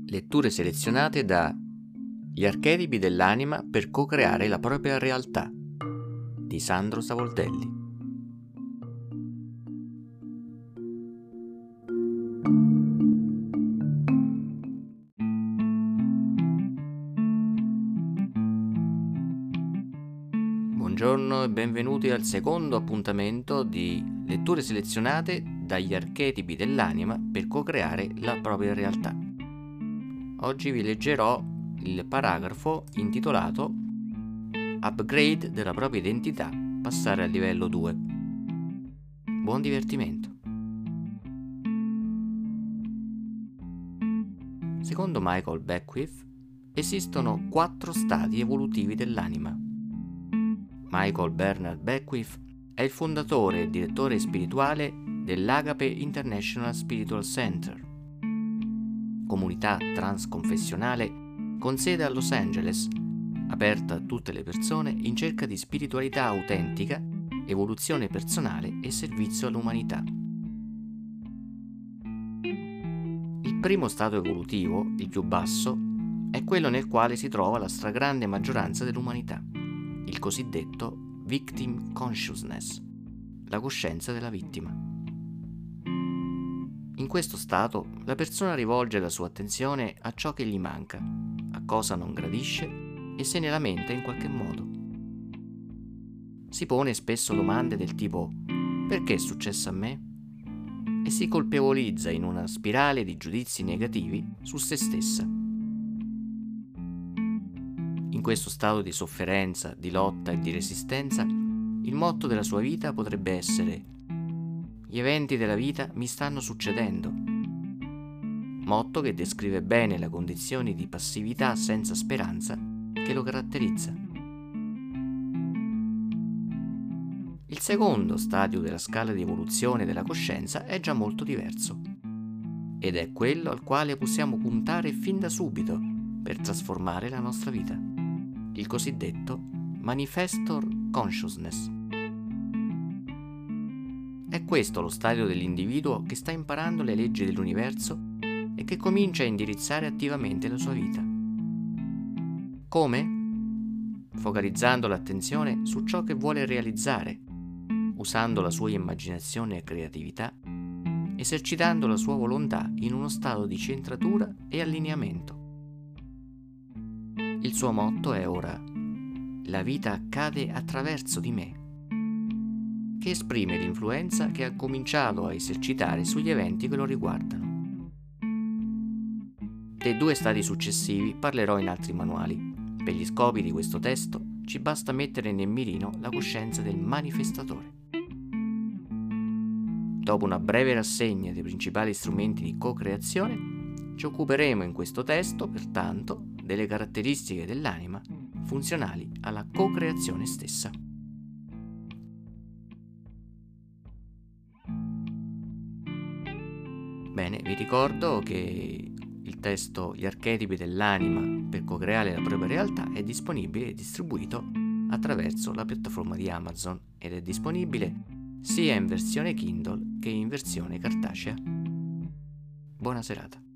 Letture selezionate da Gli archetipi dell'anima per co-creare la propria realtà di Sandro Savoldelli. Buongiorno e benvenuti al secondo appuntamento di Letture selezionate dagli archetipi dell'anima per co-creare la propria realtà. Oggi vi leggerò il paragrafo intitolato Upgrade della propria identità, passare al livello 2. Buon divertimento. Secondo Michael Beckwith esistono 4 stadi evolutivi dell'anima. Michael Bernard Beckwith è il fondatore e direttore spirituale dell'Agape International Spiritual Center, comunità transconfessionale con sede a Los Angeles, aperta a tutte le persone in cerca di spiritualità autentica, evoluzione personale e servizio all'umanità. Il primo stato evolutivo, il più basso, è quello nel quale si trova la stragrande maggioranza dell'umanità, il cosiddetto victim consciousness, la coscienza della vittima. In questo stato la persona rivolge la sua attenzione a ciò che gli manca, a cosa non gradisce e se ne lamenta in qualche modo. Si pone spesso domande del tipo «Perché è successo a me?» e si colpevolizza in una spirale di giudizi negativi su se stessa. In questo stato di sofferenza, di lotta e di resistenza, il motto della sua vita potrebbe essere «Gli eventi della vita mi stanno succedendo», motto che descrive bene la condizione di passività senza speranza che lo caratterizza. Il secondo stadio della scala di evoluzione della coscienza è già molto diverso, ed è quello al quale possiamo puntare fin da subito per trasformare la nostra vita, il cosiddetto Manifestor Consciousness. È questo lo stadio dell'individuo che sta imparando le leggi dell'universo e che comincia a indirizzare attivamente la sua vita. Come? Focalizzando l'attenzione su ciò che vuole realizzare, usando la sua immaginazione e creatività, esercitando la sua volontà in uno stato di centratura e allineamento. Il suo motto è ora «La vita accade attraverso di me», che esprime l'influenza che ha cominciato a esercitare sugli eventi che lo riguardano. Dei 2 stadi successivi parlerò in altri manuali. Per gli scopi di questo testo ci basta mettere nel mirino la coscienza del manifestatore. Dopo una breve rassegna dei principali strumenti di co-creazione, ci occuperemo in questo testo, pertanto, delle caratteristiche dell'anima funzionali alla co-creazione stessa. Bene, vi ricordo che il testo Gli archetipi dell'anima per co-creare la propria realtà è disponibile e distribuito attraverso la piattaforma di Amazon ed è disponibile sia in versione Kindle che in versione cartacea. Buona serata.